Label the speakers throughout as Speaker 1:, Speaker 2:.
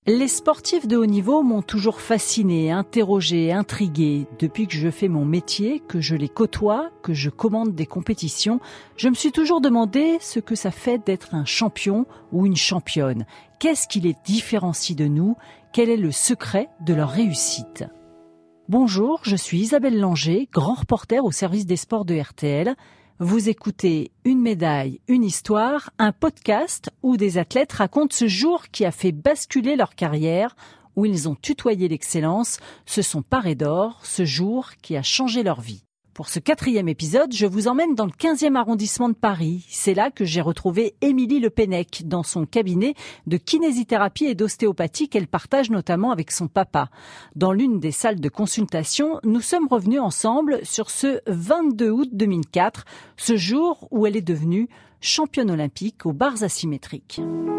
Speaker 1: Les sportifs de haut niveau m'ont toujours fasciné, interrogé, intrigué. Depuis que je fais mon métier, que je les côtoie, que je commande des compétitions, je me suis toujours demandé ce que ça fait d'être un champion ou une championne. Qu'est-ce qui les différencie de nous? Quel est le secret de leur réussite? Bonjour, je suis Isabelle Langer, grand reporter au service des sports de RTL. Vous écoutez Une médaille, une histoire, un podcast où des athlètes racontent ce jour qui a fait basculer leur carrière, où ils ont tutoyé l'excellence, se sont parés d'or, ce jour qui a changé leur vie. Pour ce 4e épisode, je vous emmène dans le 15e arrondissement de Paris. C'est là que j'ai retrouvé Émilie Le Pennec dans son cabinet de kinésithérapie et d'ostéopathie qu'elle partage notamment avec son papa. Dans l'une des salles de consultation, nous sommes revenus ensemble sur ce 22 août 2004, ce jour où elle est devenue championne olympique aux barres asymétriques.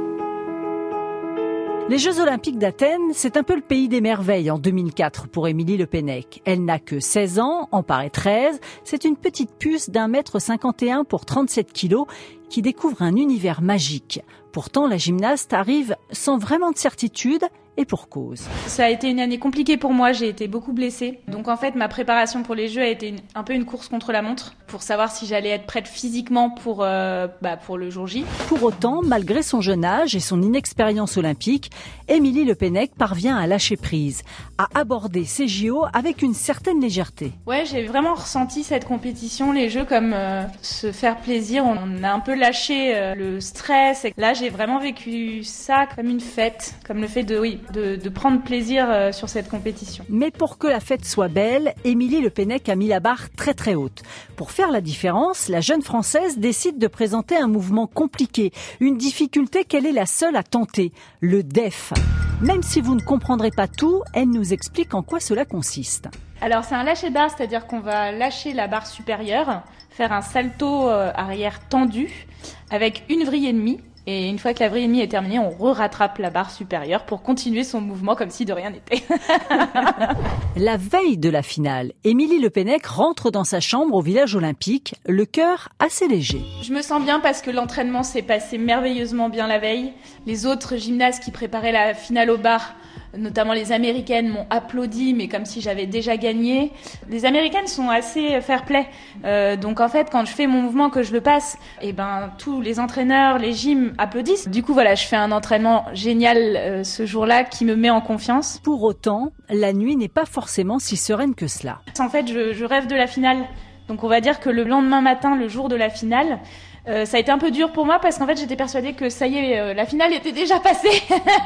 Speaker 1: Les Jeux Olympiques d'Athènes, c'est un peu le pays des merveilles en 2004 pour Émilie Le Pennec. Elle n'a que 16 ans, en paraît 13. C'est une petite puce d'1,51 m pour 37 kilos qui découvre un univers magique. Pourtant, la gymnaste arrive sans vraiment de certitude et pour cause.
Speaker 2: Ça a été une année compliquée pour moi, j'ai été beaucoup blessée. Donc en fait, ma préparation pour les Jeux a été un peu une course contre la montre pour savoir si j'allais être prête physiquement pour le jour J.
Speaker 1: Pour autant, malgré son jeune âge et son inexpérience olympique, Émilie Le Pennec parvient à lâcher prise, à aborder ces JO avec une certaine légèreté.
Speaker 2: Ouais, j'ai vraiment ressenti cette compétition, les Jeux, comme se faire plaisir. On a un peu lâché le stress. Et là, j'ai vraiment vécu ça comme une fête, comme le fait de prendre plaisir sur cette compétition.
Speaker 1: Mais pour que la fête soit belle, Émilie Le Pennec a mis la barre très très haute. Pour faire la différence, la jeune Française décide de présenter un mouvement compliqué, une difficulté qu'elle est la seule à tenter, le DEF. Même si vous ne comprendrez pas tout, elle nous explique en quoi cela consiste.
Speaker 2: Alors c'est un lâcher de barre, c'est-à-dire qu'on va lâcher la barre supérieure, faire un salto arrière tendu avec une vrille et demie. Et une fois que la vrille et demie est terminée, on rattrape la barre supérieure pour continuer son mouvement comme si de rien n'était.
Speaker 1: La veille de la finale, Émilie Le Pennec rentre dans sa chambre au village olympique, le cœur assez léger.
Speaker 2: Je me sens bien parce que l'entraînement s'est passé merveilleusement bien la veille. Les autres gymnastes qui préparaient la finale au bar, notamment les Américaines, m'ont applaudi, mais comme si j'avais déjà gagné. Les Américaines sont assez fair-play. Donc en fait, quand je fais mon mouvement, que je le passe, tous les entraîneurs, les gyms applaudissent. Du coup, voilà, je fais un entraînement génial ce jour-là qui me met en confiance.
Speaker 1: Pour autant, la nuit n'est pas forcément si sereine que cela.
Speaker 2: En fait, je rêve de la finale. Donc on va dire que le lendemain matin, le jour de la finale, ça a été un peu dur pour moi parce qu'en fait j'étais persuadée que ça y est, la finale était déjà passée.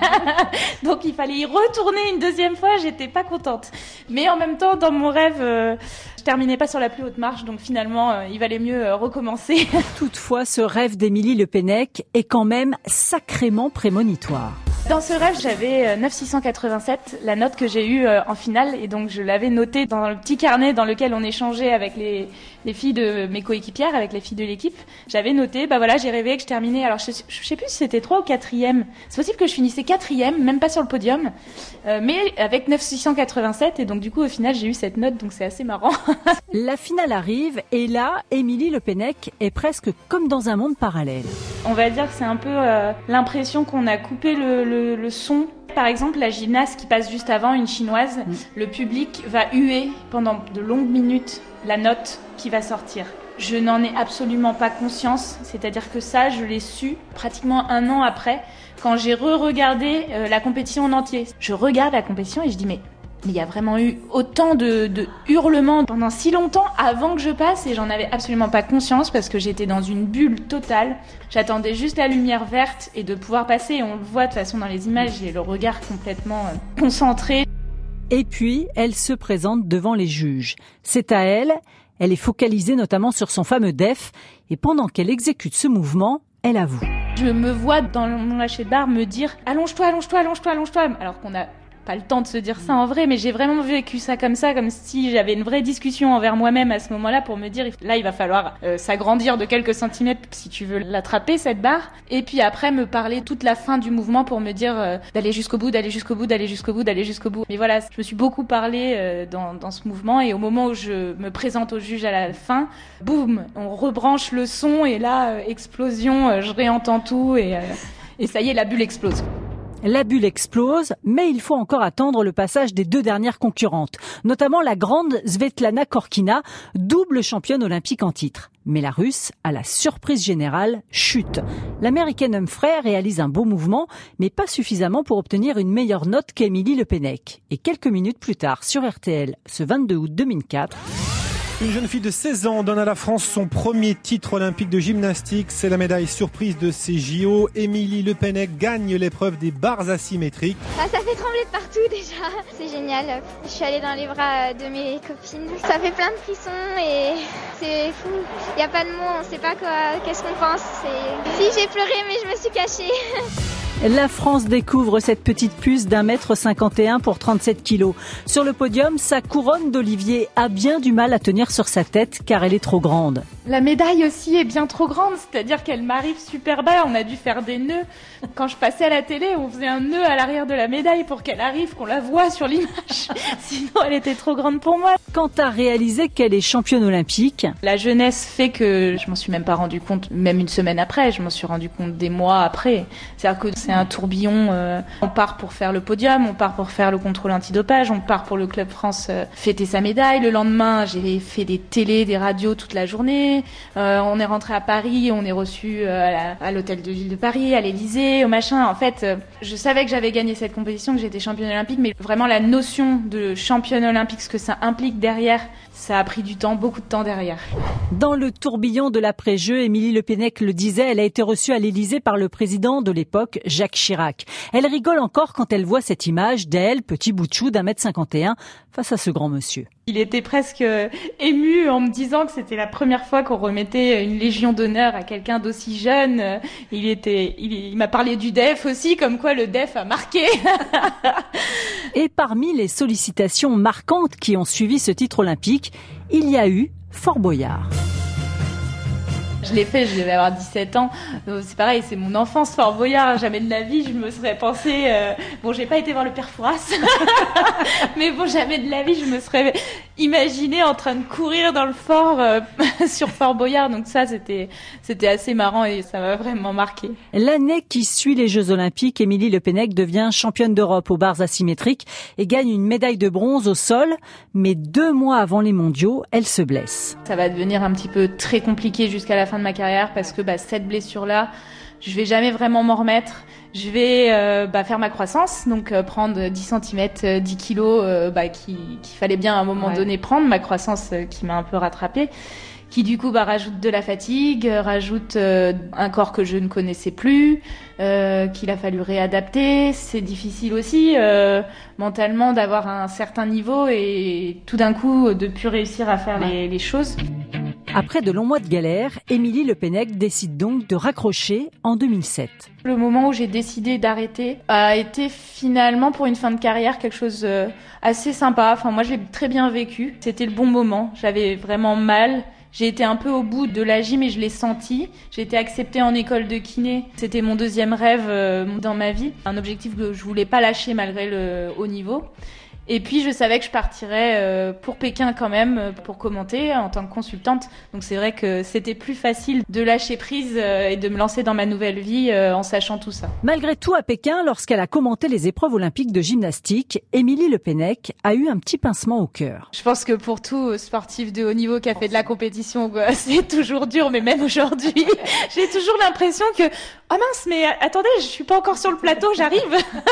Speaker 2: Donc il fallait y retourner une deuxième fois, j'étais pas contente. Mais en même temps, dans mon rêve, je terminais pas sur la plus haute marche, donc finalement il valait mieux recommencer.
Speaker 1: Toutefois, ce rêve d'Émilie Le Pennec est quand même sacrément prémonitoire.
Speaker 2: Dans ce rêve, j'avais 9,687, la note que j'ai eue en finale, et donc je l'avais notée dans le petit carnet dans lequel on échangeait avec les filles de mes coéquipières, avec les filles de l'équipe. J'avais noté, j'ai rêvé que je terminais, alors je sais plus si c'était 3 ou 4e. C'est possible que je finissais 4e, même pas sur le podium, mais avec 9,687, et donc du coup au final j'ai eu cette note, donc c'est assez marrant.
Speaker 1: La finale arrive, et là, Émilie Le Pennec est presque comme dans un monde parallèle.
Speaker 2: On va dire que c'est un peu l'impression qu'on a coupé le son. Par exemple, la gymnaste qui passe juste avant, une chinoise, le public va huer pendant de longues minutes la note qui va sortir. Je n'en ai absolument pas conscience, c'est-à-dire que ça, je l'ai su pratiquement 1 an après, quand j'ai re-regardé la compétition en entier. Je regarde la compétition et je dis mais il y a vraiment eu autant de hurlements pendant si longtemps avant que je passe et j'en avais absolument pas conscience parce que j'étais dans une bulle totale. J'attendais juste la lumière verte et de pouvoir passer. Et on le voit de toute façon dans les images, j'ai le regard complètement concentré.
Speaker 1: Et puis, elle se présente devant les juges. C'est à elle, elle est focalisée notamment sur son fameux DEF et pendant qu'elle exécute ce mouvement, elle avoue.
Speaker 2: Je me vois dans mon lâcher de barre me dire « allonge-toi, allonge-toi, allonge-toi, allonge-toi » alors qu'on a pas le temps de se dire ça en vrai, mais j'ai vraiment vécu ça, comme si j'avais une vraie discussion envers moi-même à ce moment-là pour me dire, là, il va falloir s'agrandir de quelques centimètres si tu veux l'attraper, cette barre. Et puis après, me parler toute la fin du mouvement pour me dire d'aller jusqu'au bout, d'aller jusqu'au bout, d'aller jusqu'au bout, d'aller jusqu'au bout. Mais voilà, je me suis beaucoup parlé dans ce mouvement et au moment où je me présente au juge à la fin, boum, on rebranche le son et là, explosion, je réentends tout et ça y est, la bulle explose.
Speaker 1: La bulle explose, mais il faut encore attendre le passage des 2 dernières concurrentes, notamment la grande Svetlana Korkina, double championne olympique en titre. Mais la Russe, à la surprise générale, chute. L'Américaine Humphrey réalise un beau mouvement, mais pas suffisamment pour obtenir une meilleure note qu'Émilie Le Pennec. Et quelques minutes plus tard, sur RTL, ce 22 août 2004...
Speaker 3: Une jeune fille de 16 ans donne à la France son premier titre olympique de gymnastique. C'est la médaille surprise de ces JO. Émilie Le Pennec gagne l'épreuve des barres asymétriques.
Speaker 4: Ça fait trembler de partout déjà. C'est génial. Je suis allée dans les bras de mes copines. Ça fait plein de frissons et c'est fou. Il n'y a pas de mots, on ne sait pas qu'est-ce qu'on pense. Si, j'ai pleuré mais je me suis cachée.
Speaker 1: La France découvre cette petite puce d'1,51 m pour 37 kilos. Sur le podium, sa couronne d'olivier a bien du mal à tenir sur sa tête car elle est trop grande.
Speaker 2: La médaille aussi est bien trop grande, c'est-à-dire qu'elle m'arrive super bas, on a dû faire des nœuds. Quand je passais à la télé, on faisait un nœud à l'arrière de la médaille pour qu'elle arrive, qu'on la voie sur l'image. Sinon, elle était trop grande pour moi.
Speaker 1: Quand à réaliser qu'elle est championne olympique,
Speaker 2: la jeunesse fait que je m'en suis même pas rendu compte, même une semaine après, je m'en suis rendu compte des mois après. C'est-à-dire que c'est un tourbillon, on part pour faire le podium, on part pour faire le contrôle antidopage, on part pour le Club France fêter sa médaille. Le lendemain, j'ai fait des télés, des radios toute la journée. On est rentré à Paris, on est reçu à l'hôtel de ville de Paris, à l'Élysée, au machin. En fait, je savais que j'avais gagné cette compétition, que j'étais championne olympique, mais vraiment la notion de championne olympique, ce que ça implique derrière, ça a pris du temps, beaucoup de temps derrière.
Speaker 1: Dans le tourbillon de l'après-jeu, Émilie Le Pennec le disait, elle a été reçue à l'Élysée par le président de l'époque, Jacques Chirac. Elle rigole encore quand elle voit cette image d'elle, petit bout de chou d'1,51 m, face à ce grand monsieur.
Speaker 2: Il était presque ému en me disant que c'était la première fois qu'on remettait une Légion d'honneur à quelqu'un d'aussi jeune. Il m'a parlé du DEF aussi, comme quoi le DEF a marqué.
Speaker 1: Et parmi les sollicitations marquantes qui ont suivi ce titre olympique, il y a eu Fort Boyard.
Speaker 2: Je l'ai fait, je devais avoir 17 ans. C'est pareil, c'est mon enfance, Fort Boyard. Jamais de la vie, je me serais pensé... Bon, j'ai pas été voir le père Fouras. Mais bon, jamais de la vie, je me serais imaginé en train de courir dans le fort sur Fort Boyard. Donc ça, c'était assez marrant et ça m'a vraiment marqué.
Speaker 1: L'année qui suit les Jeux Olympiques, Émilie Le Pennec devient championne d'Europe aux barres asymétriques et gagne une médaille de bronze au sol. Mais 2 mois avant les mondiaux, elle se blesse.
Speaker 2: Ça va devenir un petit peu très compliqué jusqu'à la fin de ma carrière parce que cette blessure-là, je vais jamais vraiment m'en remettre. Je vais faire ma croissance, donc prendre 10 cm, 10 kilos qu'il fallait bien à un moment donné prendre, ma croissance qui m'a un peu rattrapée, qui du coup rajoute de la fatigue, rajoute un corps que je ne connaissais plus, qu'il a fallu réadapter. C'est difficile aussi mentalement d'avoir un certain niveau et tout d'un coup de plus réussir à faire les choses.
Speaker 1: Après de longs mois de galère, Émilie Le Pennec décide donc de raccrocher en 2007.
Speaker 2: Le moment où j'ai décidé d'arrêter a été finalement pour une fin de carrière quelque chose assez sympa. Enfin, moi, je l'ai très bien vécu. C'était le bon moment. J'avais vraiment mal. J'ai été un peu au bout de la gym et je l'ai senti. J'ai été acceptée en école de kiné. C'était mon 2e rêve dans ma vie. Un objectif que je voulais pas lâcher malgré le haut niveau. Et puis, je savais que je partirais pour Pékin quand même, pour commenter en tant que consultante. Donc, c'est vrai que c'était plus facile de lâcher prise et de me lancer dans ma nouvelle vie en sachant tout ça.
Speaker 1: Malgré tout, à Pékin, lorsqu'elle a commenté les épreuves olympiques de gymnastique, Émilie Le Pennec a eu un petit pincement au cœur.
Speaker 2: Je pense que pour tout sportif de haut niveau qui a fait de la compétition, c'est toujours dur, mais même aujourd'hui, j'ai toujours l'impression que « Oh mince, mais attendez, je suis pas encore sur le plateau, j'arrive !»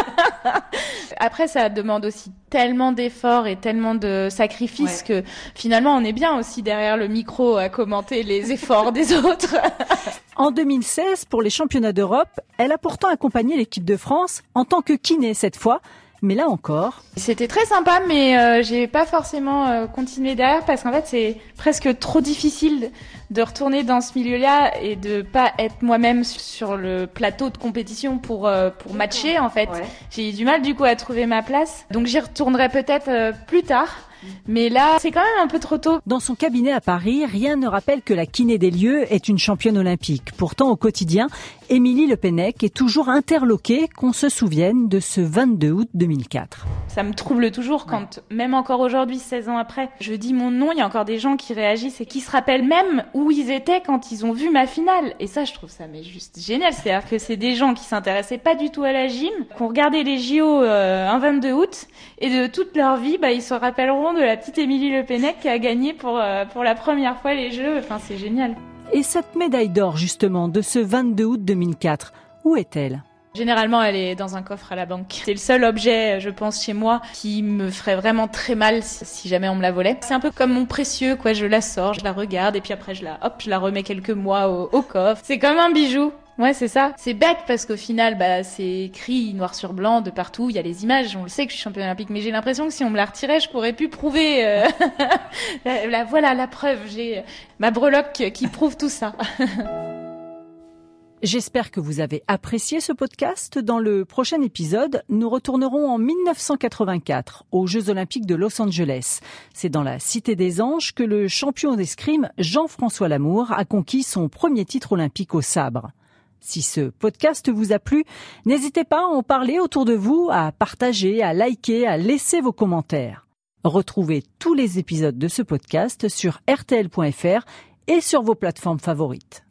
Speaker 2: Après, ça demande aussi tellement d'efforts et tellement de sacrifices que finalement on est bien aussi derrière le micro à commenter les efforts des autres.
Speaker 1: En 2016, pour les championnats d'Europe, elle a pourtant accompagné l'équipe de France en tant que kiné cette fois. Mais là encore...
Speaker 2: C'était très sympa, mais j'ai pas forcément continué derrière parce qu'en fait c'est presque trop difficile de retourner dans ce milieu-là et de pas être moi-même sur le plateau de compétition pour matcher en fait. J'ai eu du mal du coup à trouver ma place, donc j'y retournerai peut-être plus tard. Mais là, c'est quand même un peu trop tôt.
Speaker 1: Dans son cabinet à Paris, rien ne rappelle que la kiné des lieux est une championne olympique. Pourtant, au quotidien, Émilie Le Pennec est toujours interloquée qu'on se souvienne de ce 22 août 2004.
Speaker 2: Ça me trouble toujours quand, même encore aujourd'hui, 16 ans après, je dis mon nom, il y a encore des gens qui réagissent et qui se rappellent même où ils étaient quand ils ont vu ma finale. Et ça, je trouve ça mais juste génial. C'est-à-dire que c'est des gens qui s'intéressaient pas du tout à la gym, qui ont regardé les JO un 22 août, et de toute leur vie, ils se rappelleront de la petite Émilie Le Pennec qui a gagné pour la première fois les Jeux. Enfin, c'est génial.
Speaker 1: Et cette médaille d'or, justement, de ce 22 août 2004, où est-elle ?
Speaker 2: Généralement, elle est dans un coffre à la banque. C'est le seul objet, je pense, chez moi, qui me ferait vraiment très mal si jamais on me la volait. C'est un peu comme mon précieux, quoi. Je la sors, je la regarde, et puis après, je la remets quelques mois au coffre. C'est comme un bijou. Ouais, c'est ça. C'est bête parce qu'au final, c'est écrit noir sur blanc de partout. Il y a les images. On le sait que je suis championne olympique, mais j'ai l'impression que si on me la retirait, je pourrais plus prouver. Voilà la preuve. J'ai ma breloque qui prouve tout ça.
Speaker 1: J'espère que vous avez apprécié ce podcast. Dans le prochain épisode, nous retournerons en 1984 aux Jeux Olympiques de Los Angeles. C'est dans la Cité des Anges que le champion d'escrime Jean-François Lamour a conquis son premier titre olympique au sabre. Si ce podcast vous a plu, n'hésitez pas à en parler autour de vous, à partager, à liker, à laisser vos commentaires. Retrouvez tous les épisodes de ce podcast sur rtl.fr et sur vos plateformes favorites.